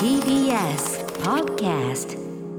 TBS Podcast。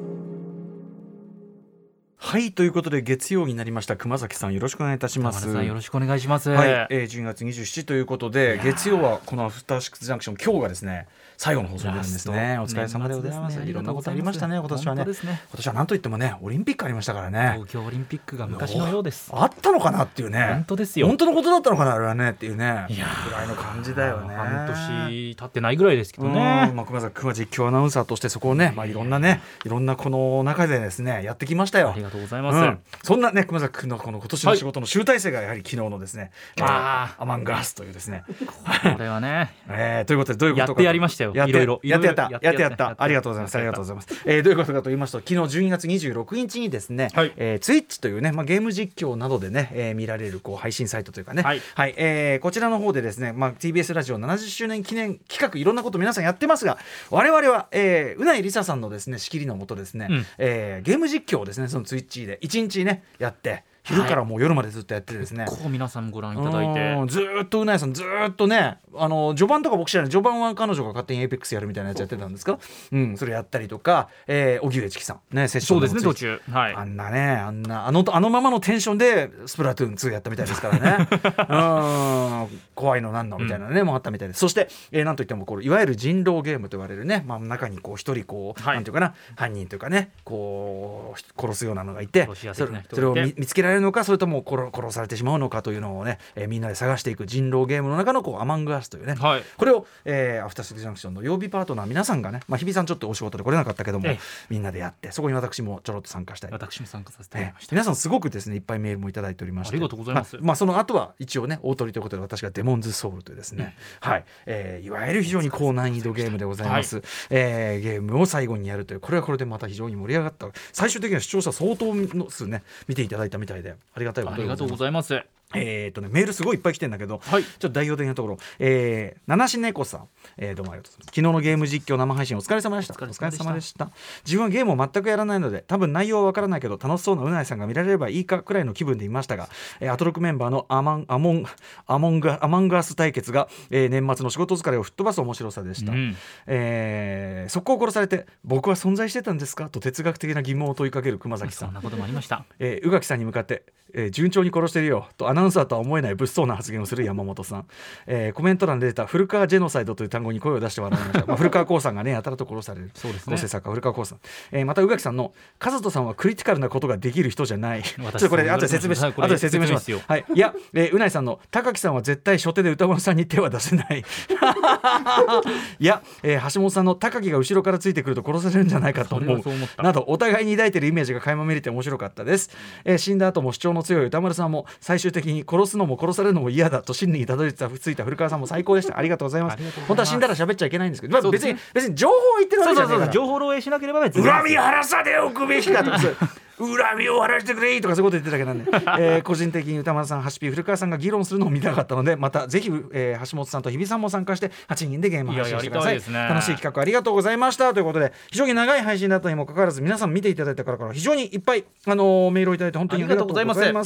はい、ということで月曜になりました。熊崎さんよろしくお願いいたします。 田村さんよろしくお願いします。 はい、12月27ということで月曜はこのアフターシックスジャンクション、今日がですね最後の放送になるんですね。お疲れ様でございます。いろんなことありましたね今年はね。今年は何といってもねオリンピックありましたからね。 東京オリンピックが昔のようです。 あったのかなっていうね。 本当ですよ。 本当のことだったのかなあれはねっていうね。 いやぐらいの感じだよね。 半年経ってないぐらいですけどね。 熊実況アナウンサーとしてそこをね、いろんなこの中でですねやってきましたよ。 ありがとうございます。 そんなね熊崎君のこの今年の仕事の集大成がやはり昨日のですね、アマンガースというですねこれはね、 ということでどういうことかやってやりましたよ。いろいろやったありがとうございます。どういうことかと言いますと、昨日12月26日にですね、ツイッチというね、ゲーム実況などでね、見られるこう配信サイトというかね、こちらの方でですね、TBS ラジオ70周年記念企画いろんなこと皆さんやってますが、我々は、うないりささんのですね仕切りのもとですね、ゲーム実況をですねそのツイッチで1日ねやって昼からもう夜までずっとやってですね、 こう皆さんご覧いただいてずっとうなやさんずっとね序盤とか僕知らない、序盤は彼女が勝手にエイペックスやるみたいなやつやってたんですか、それやったりとか、荻上チキさんねセッションでもそうですね途中、 あんなねあのままのテンションでスプラトゥーン2やったみたいですからね怖いのなんのみたいなね、もあったみたいです。そして、なんといってもこれいわゆる人狼ゲームと言われるね、中にこう一人こう、なんていうかな犯人というかねこう殺すようなのがいて、それを見つけられるのか、それとも殺されてしまうのかというのをね、みんなで探していく人狼ゲームの中のこうアマングアスというね、これを、アフターシックスジャンクションの曜日パートナー皆さんがね、日比さんちょっとお仕事で来れなかったけども、みんなでやって、そこに私もちょろっと参加したり、 私も参加させてもらいました。 皆さんすごくですねいっぱいメールもいただいておりまして、 ありがとうございます。 その後は一応ね大鳥ということで、私がデモンズソウルというですね、いわゆる非常に高難易度ゲームでございます。ゲームを最後にやるという、これはこれでまた非常に盛り上がった、最終的には視聴者相当の数ね見ていただいたみたいで、ありがたいことでございます。 ありがとうございます。 メールすごいいっぱい来てるんだけど、ちょっと代表的なところ、七し猫さん、どうもありがとうございます。昨日のゲーム実況生配信お疲れ様でした。お疲れ様でした。自分はゲームを全くやらないので多分内容はわからないけど楽しそうなうないさんが見られればいいかくらいの気分でいましたが、アトロクメンバーのアマンガース対決が、年末の仕事疲れを吹っ飛ばす面白さでした。速攻殺されて僕は存在してたんですかと哲学的な疑問を問いかける熊崎さん。 そんなこともありました。 宇垣さんに向かって、順調に殺してるよとアナウンサーとは思えない物騒な発言をする山本さん。コメント欄で出た古川ジェノサイドという単語に声を出して笑いました。古川光さんがねやたらと殺される。そうですね。構成作家古川光さん。また宇垣さんの和人さんはクリティカルなことができる人じゃない。ちょっとこれ後で説明します。いや、うないさんの高木さんは絶対初手で歌丸さんに手は出せない。いや、橋本さんの高木が後ろからついてくると殺されるんじゃないかと思うなど、お互いに抱いているイメージが垣間見れて面白かったです。死んだ後も主張の強い歌丸さんも最終的に殺すのも殺されるのも嫌だと真理にたどり着いた古川さんも最高でした。ありがとうございます。本当は死んだら喋っちゃいけないんですけど、別に情報を言ってるわけじゃないから、 情報漏洩しなければ別に恨み晴らさでおくべきかとか恨みを晴らしてくれとかそういうこと言ってるだけなんで、個人的に歌丸さん、ハシピー、古川さんが議論するのを見たかったので、またぜひ、橋本さんと日比さんも参加して8人でゲーム配信してください。楽しい企画ありがとうございましたということで、非常に長い配信だったにもかかわらず皆さん見ていただいたから非常にいっぱい、メールをいただいて本当にありがとうございます。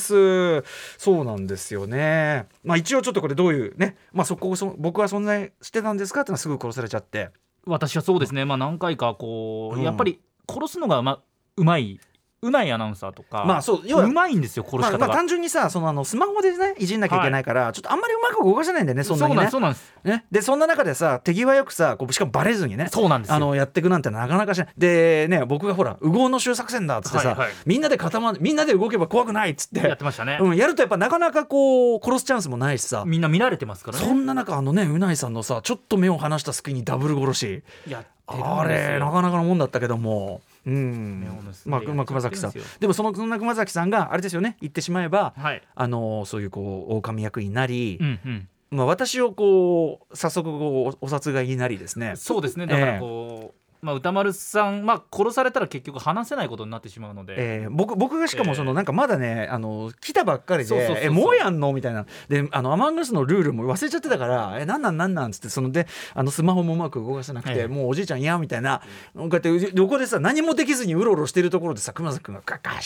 そうなんですよね。一応ちょっとこれどういうね、僕は存在してたんですかってのはすぐ殺されちゃって、 私はそうですね、何回かこう、やっぱり殺すのがうまいうないアナウンサーとか、うまいんですよ殺し方が。 単純にさスマホでねいじんなきゃいけないから、ちょっとあんまりうまく動かせないんだよね、そんなにね。 そうなんですね。でそんな中でさ手際よくさしかもバレずにね、 そうなんですよやっていくなんてなかなかしない。でね、僕がほら右往の集作戦だっつってさ、みんなで動けば怖くないっつってやってましたね。 やるとやっぱなかなかこう殺すチャンスもないしさ、 みんな見られてますからね。 そんな中うないさんのさちょっと目を離した隙にダブル殺し、あれなかなかのもんだったけども、熊崎さんでもそんな熊崎さんがあれですよね、言ってしまえば、そういう狼役になり、私を早速お殺害になりですね。 そうですね。だから歌丸さん、殺されたら結局話せないことになってしまうので、 僕がしかもなんかまだね来たばっかりでもうやんのみたいなで、アマンガスのルールも忘れちゃってたからなんなんつって、スマホもうまく動かせなくて、もうおじいちゃん嫌みたいな、こうやって横でさ何もできずにうろうろしてるところでさ熊崎君がガシャー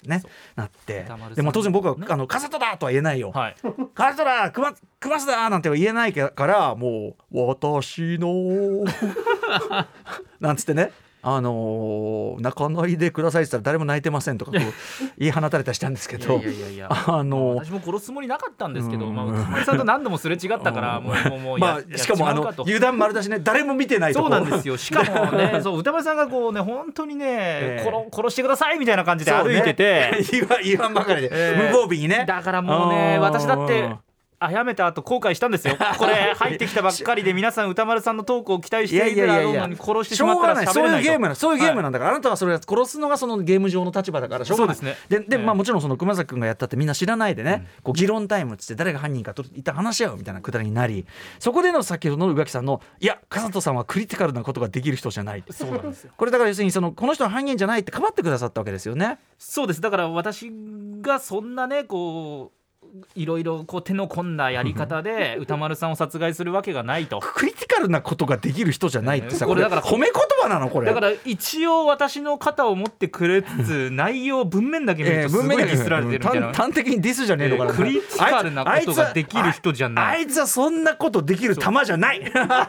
ねなって、でも当然僕はカセットだとは言えないよ、はい、カセットだクマスだなんては言えないからもう私のなんつってね泣かないでくださいって言ったら誰も泣いてませんとかこう言い放たれたりしたんですけど私も殺すつもりなかったんですけど、歌丸さんと何度もすれ違ったからもうしかも油断丸出しね誰も見てないとこそうなんですよ。しかもねそう歌丸さんがこうね本当にね、殺してくださいみたいな感じで歩いてて、 言わんばかりで、無防備にね。 だからもうね私だってやめた後後悔したんですよ。これ入ってきたばっかりで皆さん歌丸さんのトークを期待しているだろうのに殺してしまったら喋れないと。 そういうゲームなんだから、あなたはそれ殺すのがそのゲーム上の立場だからしょうがない。そうですね。でもちろんその熊崎君がやったってみんな知らないでね、こう議論タイムっつって誰が犯人かと一旦話し合うみたいなくだりになり、そこでの先ほどの宇垣さんのいや笠戸さんはクリティカルなことができる人じゃない。 そうなんですよ。 これだから要するにこの人は犯人じゃないってかばってくださったわけですよね。 そうです。だから私がそんなねこういろいろこう手の込んだやり方で歌丸さんを殺害するわけがないと。 クリティカルなことができる人じゃないってさ、これだから褒め言葉なのこれ。 だから一応私の肩を持ってくれつつ内容文面だけ見るとすごいディスられてるみたいな、 端的にディスじゃねえのかな、 クリティカルなことができる人じゃない。 あいつはそんなことできる玉じゃないで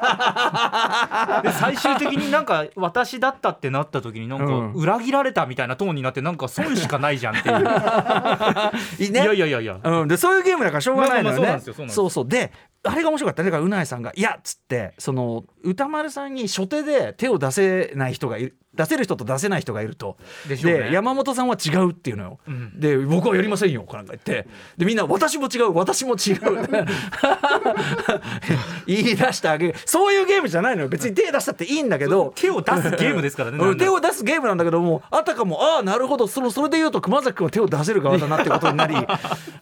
最終的になんか私だったってなった時になんか裏切られたみたいなトーンになって、なんか損しかないじゃんっていういやいやいやいや、 でそういうゲームだからしょうがないのよね。 そうであれが面白かったね。だからうないさんがいやっつってその歌丸さんに初手で手を出せない人がいる、出せる人と出せない人がいると。で山本さんは違うっていうのよ、で僕はやりませんよなんか言って、でみんな私も違う言い出してあげる。そういうゲームじゃないのよ。別に手出したっていいんだけど、 手を出すゲームですからね手を出すゲームなんだけども、あたかもなるほどそれで言うと熊崎君は手を出せる側だなってことになりね、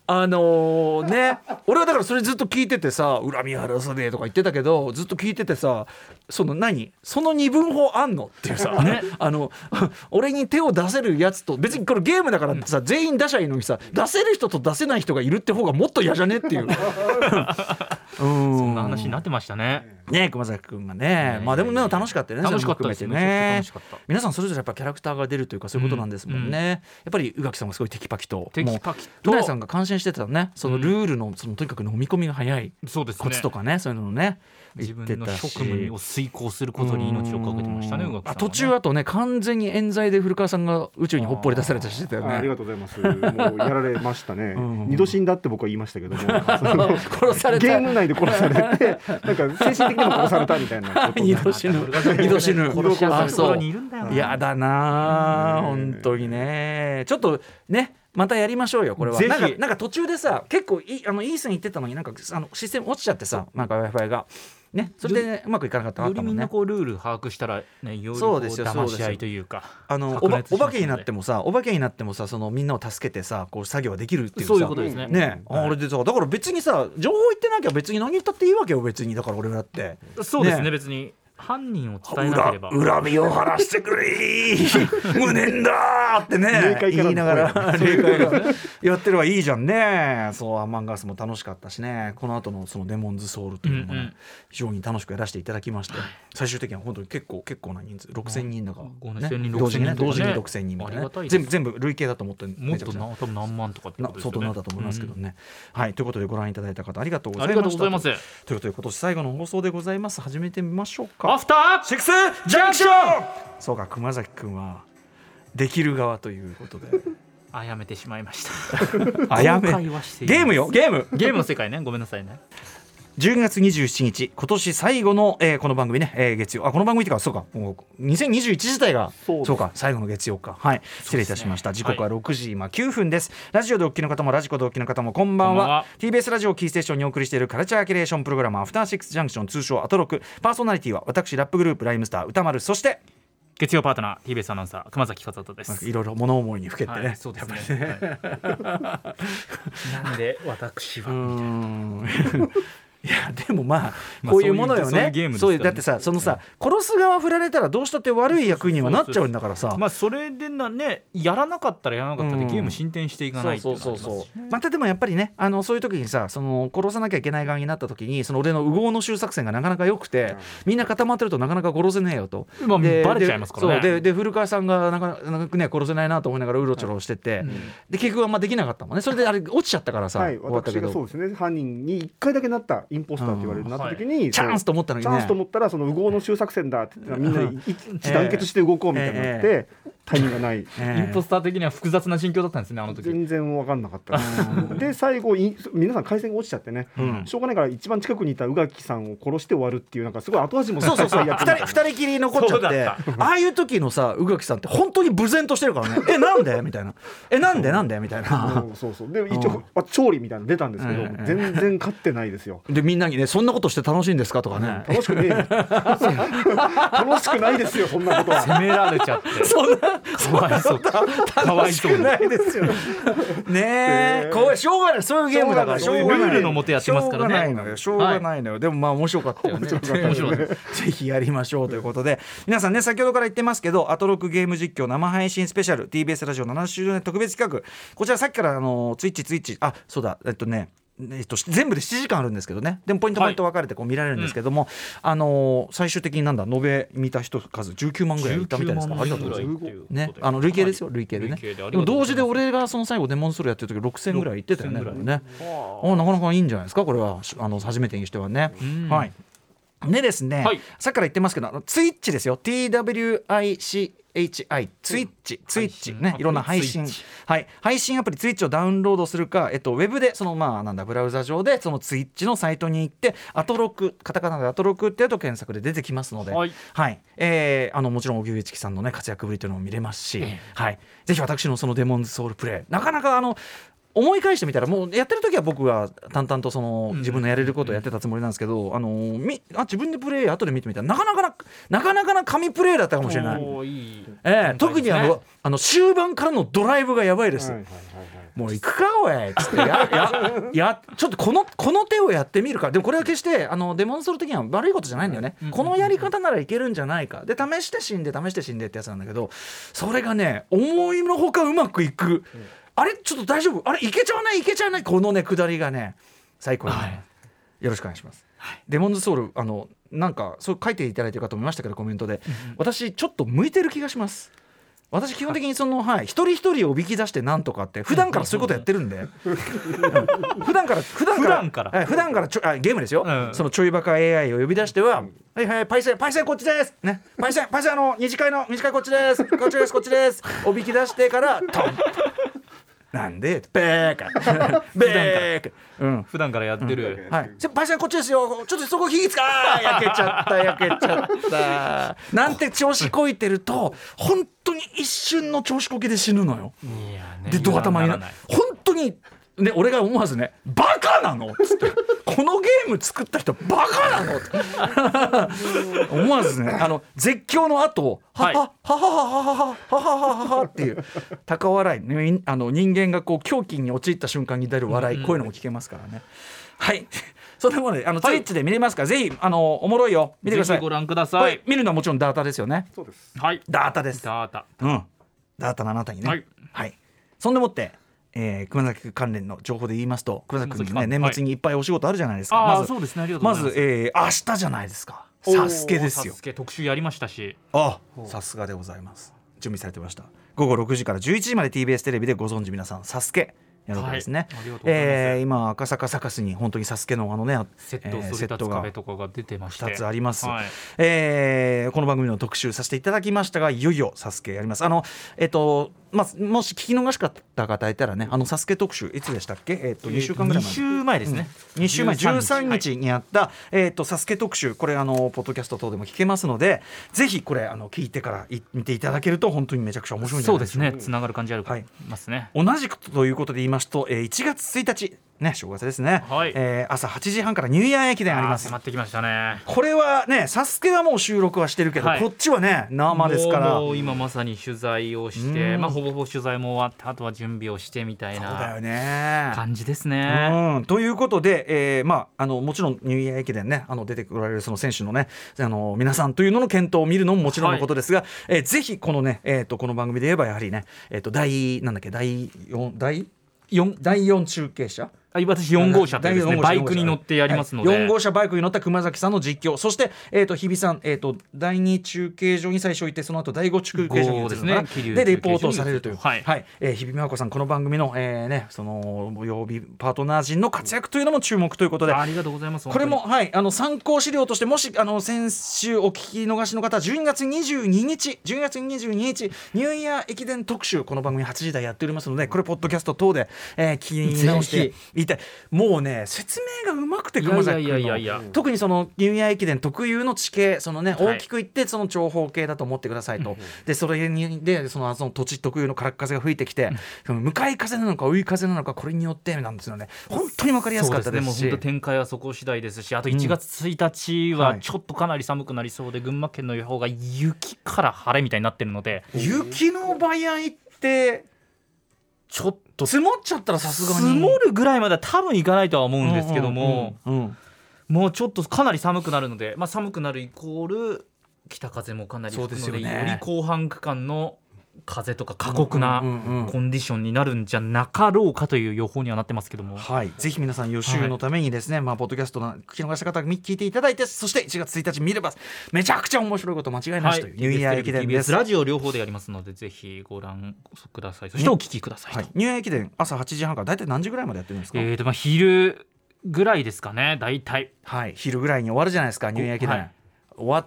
俺はだからそれずっと聞いててさ、恨み晴らさねえとか言ってたけどずっと聞いててさ、その二分法あんのっていうさ、ね、俺に手を出せるやつと、別にこれゲームだからさ、全員出しゃいいのにさ、出せる人と出せない人がいるって方がもっと嫌じゃねっていうそんな話になってましたね。 熊崎君がね、でも楽しかったよね。 楽しかったですね。 皆さんそれぞれやっぱキャラクターが出るというかそういうことなんですもんね。やっぱり宇垣さんはすごいテキパキと、うなえさんが感心してたね、そのルールのとにかく飲み込みが早いコツとかね、そういうのをね自分の職務を遂行すすることに命をかけてましたね、宇垣さんはね。 途中あとね完全に冤罪で古川さんが宇宙にほっぽり出されたりしてたよね。 ありがとうございます。もうやられましたね。二度死んだって僕は言いましたけども殺された、 ゲーム内で殺されてなんか精神的にも殺されたみたいなこと二度死ぬ殺しやすいところにいるんだよな。 やだな本当にね。ちょっとねまたやりましょうよこれは。なんか途中でさ結構いい線いってたのになんかシステム落ちちゃってさ、なんか Wi-Fi がね、それで、ね、うまくいかなかったのよりみんなこうルール把握したら、ね、よりこう騙し合いというかお化けになってもさそのみんなを助けてさこう作業ができるっていうさ、 そういうことですね。 あれでさだから別にさ情報言ってなきゃ別に何言ったっていいわけよ別に。だから俺だってそうですね、別に犯人を伝えなければ恨みを晴らしてくれ無念だってね言いながら霊界がやってればいいじゃんね。そうアマンガースも楽しかったしね、この後のそのデモンズソウルというのも、非常に楽しくやらせていただきまして、最終的には本当に結構な人数6000人だから、同時に6000人みたいな、全部累計だと思ってもっと多分何万とかってことですよね。 相当なんだと思いますけどね。はい、ということでご覧いただいた方ありがとうございました。ということで今年最後の放送でございます。始めてみましょうか。 アフターシックスジャンクション。 そうか、熊崎くんはできる側ということでやめてしまいましたゲームよゲームの世界ね。ごめんなさいね。 10月27日今年最後の、この番組ね、月曜この番組ってかそうかもう2021自体がそうか最後の月曜か。はい、失礼いたしました。時刻は6時今9分です。ラジオでお聞きの方もラジコでお聞きの方もこんばんは。 TBS ラジオキーステーションにお送りしているカルチャーキュレーションプログラムアフターシックスジャンクション、通称アトロク。パーソナリティは私ラップグループライムスター歌丸、そして月曜パートナー TBS アナウンサー熊崎和人です。 いろいろ物思いにふけてね、 そうですねなんで私はいやでもまあこういうものよね。そういうだってさそのさ殺す側振られたらどうしたって悪い役にはなっちゃうんだからさ。 まあそれでねやらなかったらやらなかったでゲーム進展していかないっていうのがありますしまたでもやっぱりねそういう時にさその殺さなきゃいけない側になった時にその俺の右往の衆作戦がなかなか良くてみんな固まってるとなかなか殺せねえよと、 まあ、バレちゃいますからね。 そうで古川さんがなかなかね殺せないなと思いながらうろちょろしてて、で結局はあんまできなかったもんね。それであれ落ちちゃったからさ、 はい、私がそうですね犯人に1回だけなったインポスターって言われるなった時に、 チャンスと思ったのにねチャンスと思ったらその右往の衆作戦だってみんなで一致団結して動こうみたいになって、タイミングがない、 インポスター的には複雑な心境だったんですねあの時。 全然分かんなかったで最後皆さん回線が落ちちゃってね、しょうがないから一番近くにいた宇垣さんを殺して終わるっていうなんかすごい後味もそう2人きり残っちゃってああいう時のさ宇垣さんって本当に無然としてるからねなんでみたいななんでみたいなそうで一応調理みたいなの出たんですけど、全然勝ってないですよ。 でみんなにねそんなことして楽しいんですかとかね、 楽しくねえ楽しくないですよそんなことは。 責められちゃってそんなかわいそうかわいそうないですよねこうしょうがないそういうゲームだからルールのもとやってますからね。 しょうがないのよ、でもまあ面白かったよね。 面白いぜひやりましょうということで皆さんね先ほどから言ってますけどアトロクゲーム実況生配信スペシャル TBS ラジオ7周年特別企画こちらさっきからツイッチそうだ全部で7時間あるんですけどね。でもポイント分かれてこう見られるんですけども、最終的に延べ見た人数19万ぐらいいったみたいですからありがとうございますね。累計ですよ、累計でね。でも同時で俺がその最後デモンストールやってる時6000ぐらいいってたよね。なかなかいいんじゃないですかこれは初めてにしてはね。はいでですね、さっきから言ってますけどツイッチですよ TWICHI ツイッチねいろんな配信アプリツイッチをダウンロードするかウェブでそのブラウザ上でそのツイッチのサイトに行ってアトロクカタカナでアトロクってやると検索で出てきますので、もちろん荻上チキさんのね活躍ぶりというのも見れますし、ぜひ私のそのデモンズソウルプレイなかなか思い返してみたらもうやってる時は僕は淡々とその自分のやれることをやってたつもりなんですけど、自分でプレイ後で見てみたらなかなかな神プレイだったかもしれない。特に終盤からのドライブがやばいです。もう行くかおいっつってちょっとこの手をやってみるか。でもこれは決してデモンストール的には悪いことじゃないんだよね。このやり方ならいけるんじゃないかで試して死んでってやつなんだけど、それがね思いのほかうまくいく。あれちょっと大丈夫いけちゃわないこのね下りがね最高にね、よろしくお願いします。デモンズソウルなんかそう書いていただいてる方もいましたけどコメントで、私ちょっと向いてる気がします。私基本的にその、一人一人をおびき出してなんとかって普段からそういうことやってるんで普段からゲームですよ、そのちょいバカ AI を呼び出しては、パイセンこっちですね、パイセン二次会こっちですこっちですおびき出してからトンなんでベーカ普段からやってる、 パイセンこっちですよ、ちょっとそこ火つか焼けちゃったなんて調子こいてると本当に一瞬の調子こけで死ぬのよ。でドア頭に本当にで俺が思わずねバカなのっつってこのゲーム作った人バカなのって思わずね絶叫の後ははははっていう高笑い、人間がこう狂気に陥った瞬間に出る笑い、こういうのも聞けますからね。それもねツイッチで見れますから、ぜひおもろいよ見てください。 ぜひご覧ください。 見るのはもちろんダータですよね。 そうです。 ダータです。ダータのあなたにね。そんでもって熊崎関連の情報で言いますと、熊崎君ね年末にいっぱいお仕事あるじゃないですか。まず明日じゃないですか。サスケですよ。 サスケ特集やりましたし、 さすがでございます。準備されてました。午後6時から11時まで TBS テレビでご存知皆さんサスケやるわけですね。今赤坂サカスに本当にサスケのセットが壁とかが出てまして 2つあります。この番組の特集させていただきましたが、いよいよサスケやります。もし聞き逃しかった方いたらね、サスケ特集いつでしたっけ、2週間ぐらい前、 2週前ですね、 2週前13日にやった、サスケ特集、これポッドキャスト等でも聞けますので、ぜひこれ聞いてから見ていただけると本当にめちゃくちゃ面白いんじゃないですか。 そうですね、つながる感じあるますね。 同じくということで言いますと、1月1日ね、正月ですね、 はい、 朝8時半からニューイヤー駅伝あります。 迫ってきましたね。 これはね、サスケはもう収録はしてるけど、こっちはね生ですから、 もう今まさに取材をして、ほぼほぼ取材も終わってあとは準備をしてみたいな感じですね。 ということで、もちろんニューイヤー駅伝ね出てこられるその選手のね皆さんというのの検討を見るのももちろんのことですが、ぜひこのね、この番組で言えばやはりね、第4中継車、 私4号車というですね、バイクに乗ってやりますので、 4号車バイクに乗った熊崎さんの実況、そして、日比さん、第2中継所に最初行って、その後第5中継所に行ってでレポートをされるという、日比美和子さん、この番組の、その曜日パートナー陣の活躍というのも注目ということで、 ありがとうございます。 これも、参考資料として、もし先週お聞き逃しの方は12月22日ニューイヤー駅伝特集、この番組8時台やっておりますので、これポッドキャスト等で、聞き直してもうね説明がうまくて、熊崎君の特にそのニューイヤー駅伝特有の地形、そのね、大きく言ってその長方形だと思ってくださいと、でそれにでその土地特有の空っ風が吹いてきて、向かい風なのか追い風なのか、これによってなんですよね。本当に分かりやすかったですし、 そうですね、もう本当展開はそこ次第ですし、あと1月1日はちょっとかなり寒くなりそうで、群馬県の予報が雪から晴れみたいになってるので、 雪の場合ってちょっと積もっちゃったらさすがに積もるぐらいまでは多分いかないとは思うんですけども、もうちょっとかなり寒くなるので、寒くなるイコール北風もかなり吹くので、より後半区間の風とか過酷なコンディションになるんじゃなかろうかという予報にはなってますけども、 ぜひ皆さん予習のためにですね、ポッドキャストの聞き逃した方聞いていただいて、そして1月1日見ればめちゃくちゃ面白いこと間違いなしというニューイヤー駅伝です。 ラジオ両方でやりますので、ぜひご覧ください。そしてお聞きください。 ニューイヤー駅伝朝8時半からだいたい何時ぐらいまでやってるんですか？ 昼ぐらいですかね、だいたい。 昼ぐらいに終わるじゃないですか、ニューイヤー駅伝、終わって、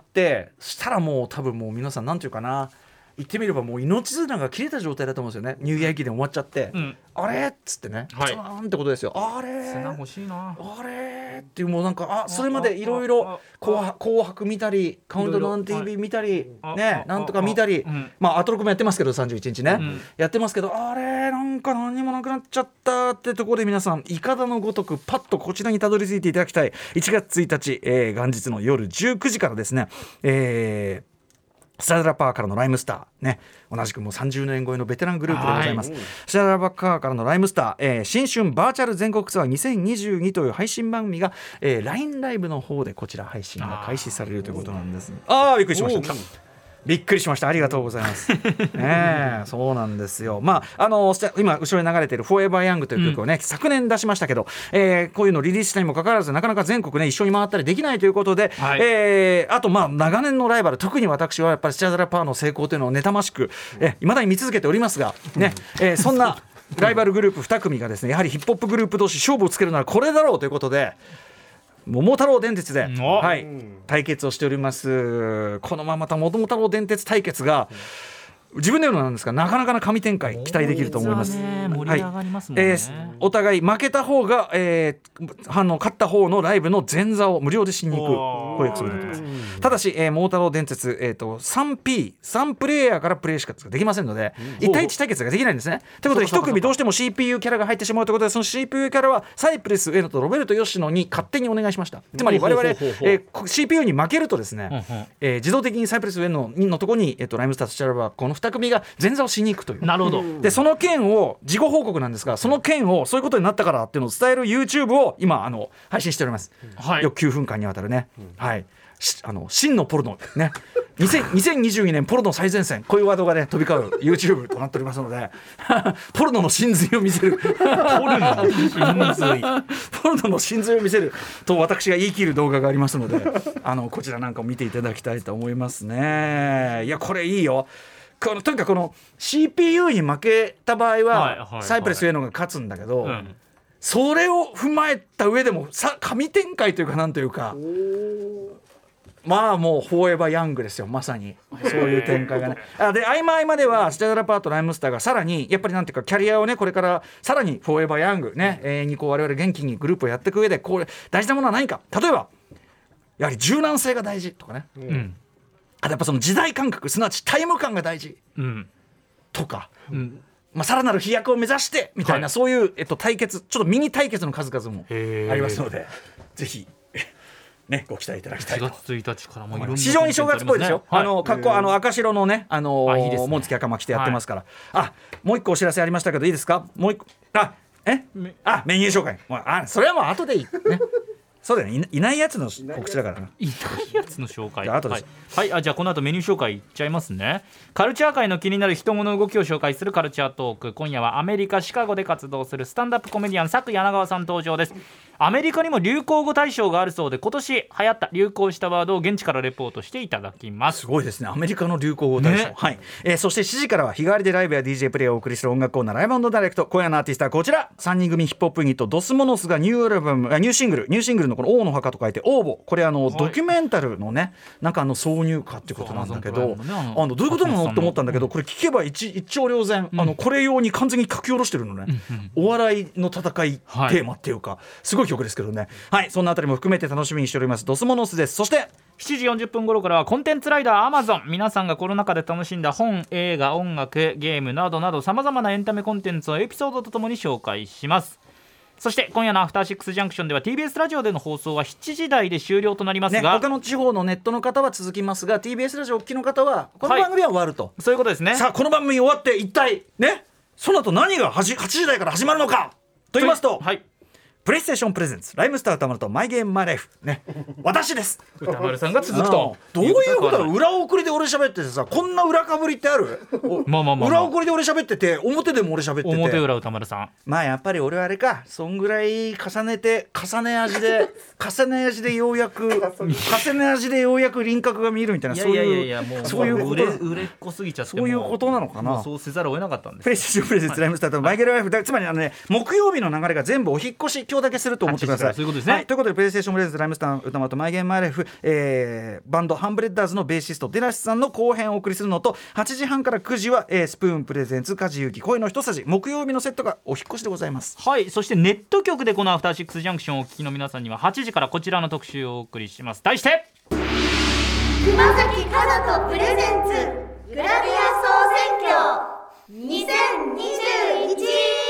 そしたらもう多分もう皆さんなんていうかな、言ってみればもう命綱が切れた状態だと思うんですよね。ニューイヤー駅伝終わっちゃって、あれっつってね、なんてことですよ。あれ砂欲しいな、 あれっていう、もうなんかそれまでいろいろ紅白見たり、カウントダウン TV 見たりね、なんとか見たり、アトロクもやってますけど31日ね、やってますけど、あれなんか何もなくなっちゃったってところで、皆さんいかだのごとくパッとこちらにたどり着いていただきたい。1月1日、元日の夜19時からですね、スチャダラパーからのライムスターね、同じくもう30年超えのベテラングループでございます。スチャダラパーからのライムスター、新春バーチャル全国ツアー2022という配信番組が、LINE ライブの方でこちら配信が開始されるということなんです。びっくりしました。びっくりしました。ありがとうございます。そうなんですよ。今後ろに流れているフォーエバーヤングという曲をね、昨年出しましたけど、こういうのリリースしたにもかかわらず、なかなか全国ね一緒に回ったりできないということで、あと長年のライバル、特に私はやっぱりスチャダラパーの成功というのを妬ましく未だに見続けておりますがね、そんなライバルグループ2組がですね、やはりヒップホップグループ同士勝負をつけるならこれだろうということで、桃太郎電鉄で、対決をしております。このまた桃太郎電鉄対決が自分で言うのなんですが、なかなかな神展開期待できると思います。 盛り上がりますもんね。 お互い負けた方が、勝った方のライブの前座を無料でしに行く、こういう約束になってます。ただし、桃太郎電鉄、3プレイヤーからプレイしかできませんので、1対1対決ができないんですね。ということで、1組どうしても CPU キャラが入ってしまうということで、その CPU キャラはサイプレス上野とロベルト吉野に勝手にお願いしました。つまり我々、CPU に負けるとですね、自動的にサイプレス上野のところに、ライムスターとスチャダラパー、この2組が前座をしに行くという。 なるほど。 でその件を事後報告なんですが、その件をそういうことになったからっていうのを伝える YouTube を今配信しております。よく9分間にわたるね、真のポルノね2022年ポルノ最前線、こういうワードがね飛び交う YouTube となっておりますのでポルノの真髄を見せるポルノの真髄を見せると私が言い切る動画がありますのでこちらなんかを見ていただきたいと思いますね。いやこれいいよ。とにかくこの CPU に負けた場合はサイプレス上野が勝つんだけど、それを踏まえた上でも神展開というかなんというか、もうフォーエバーヤングですよ、まさにそういう展開がねで合間合間ではスチャダラパーとライムスターがさらにやっぱりなんていうかキャリアをねこれからさらにフォーエバーヤングね、にこう我々元気にグループをやっていく上でこれ大事なものは何か、例えばやはり柔軟性が大事とかね、あとやっぱその時代感覚、すなわちタイム感が大事、とか、 さらなる飛躍を目指してみたいな、 はい、 そういう、対決、ちょっとミニ対決の数々もありますので、ぜひね、ご期待いただきたいと。 4月1日からもいろんな非常に正月っぽいですよ、 はい、 赤白のね、 いいですね、 紋付き赤巻きてやってますから、はい、もう一個お知らせありましたけどいいですか。もう一個メニュー紹介、それはもう後でいい、ねそうだよね、いないやつの告知だからな。 いないやつの紹介。 じゃあ後ではい、じゃあこの後メニュー紹介いっちゃいますね。カルチャー界の気になる人物動きを紹介するカルチャートーク。今夜はアメリカシカゴで活動するスタンダップコメディアン佐久柳川さん登場です。アメリカにも流行語大賞があるそうで、今年流行った流行したワードを現地からレポートしていただきます。 すごいですね、アメリカの流行語大賞、ね、はい。そして7時からは日替わりでライブや DJ プレイをお送りする音楽コーナーライブ&ダイレクト。今夜のアーティストはこちら、3人組ヒップホップユニットドスモノスがニューシングルのこの王の墓と書いて応募、これドキュメンタルのね、なんか挿入歌ってことなんだけど、どういうことなのって思ったんだけど、これ聞けば一長両然、これ用に完全に書き下ろしてるのね、お笑いの戦いテーマっていうか、すごい曲ですけどね。はい、そんなあたりも含めて楽しみにしておりますドスモノスです。そして 7時40分頃からはコンテンツライダー Amazon、 皆さんがコロナ禍で楽しんだ本、映画、音楽、ゲームなどなどさまざまなエンタメコンテンツをエピソードとともに紹介します。そして今夜のアフターシックスジャンクションでは TBS ラジオでの放送は7時台で終了となりますが、 他の地方のネットの方は続きますが TBS ラジオお聞きの方はこの番組は終わると、 そういうことですね。 さあこの番組終わって一体ね、その後何が8時台から始まるのかと言いますと、 はい、 プレイステーションプレゼンツライムスター歌丸とマイゲームマイライフね私です歌丸さんが続くとどういうことだ。裏送りで俺喋っててさ、こんな裏かぶりってある裏送りで俺喋ってて表でも俺喋ってて、 表裏歌丸さん、 やっぱり俺はあれか、そんぐらい重ね味でようやく輪郭が見えるみたいな、そういう売れっ子すぎちゃって、 そういうことなのかな。 そうせざるを得なかったんです。 プレイステーションプレゼンツライムスターとマイゲームライフ、つまり木曜日の流れが全部お引っ越し今日だけすると思ってください。 そういうことですね。 はい、ということでプレイステーションプレゼンツライムスター歌丸とマイゲームマイライフ、バンドハンブレッダーズのベーシストデラシさんの後編をお送りするのと、8時半から9時は、スプーンプレゼンツ梶裕貴声の一筋木曜日のセットがお引っ越しでございます。 はい、そしてネット局でこのアフターシックスジャンクションをお聞きの皆さんには8時からこちらの特集をお送りします。題して熊崎かなとプレゼンツグラビア総選挙2021。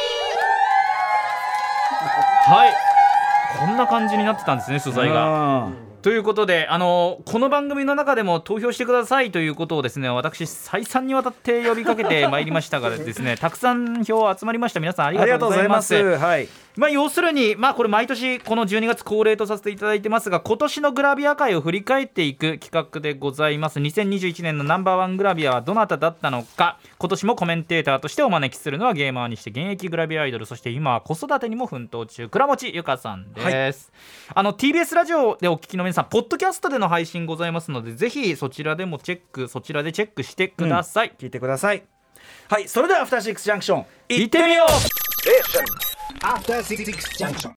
はい、こんな感じになってたんですね、素材が。ということでこの番組の中でも投票してくださいということをですね、私再三にわたって呼びかけてまいりましたがですねたくさん票集まりました。皆さんありがとうございます。 はい、 要するに、これ毎年この12月恒例とさせていただいてますが、今年のグラビア界を振り返っていく企画でございます。2021年のナンバーワングラビアはどなただったのか、今年もコメンテーターとしてお招きするのはゲーマーにして現役グラビアアイドル、そして今は子育てにも奮闘中倉持由香さんです。はい、TBS ラジオでお聞きの皆さん、ポッドキャストでの配信ございますので、ぜひそちらでチェックしてください。 聞いてください。はい、それではアフターシックスジャンクション行ってみよう。 After 66 junction.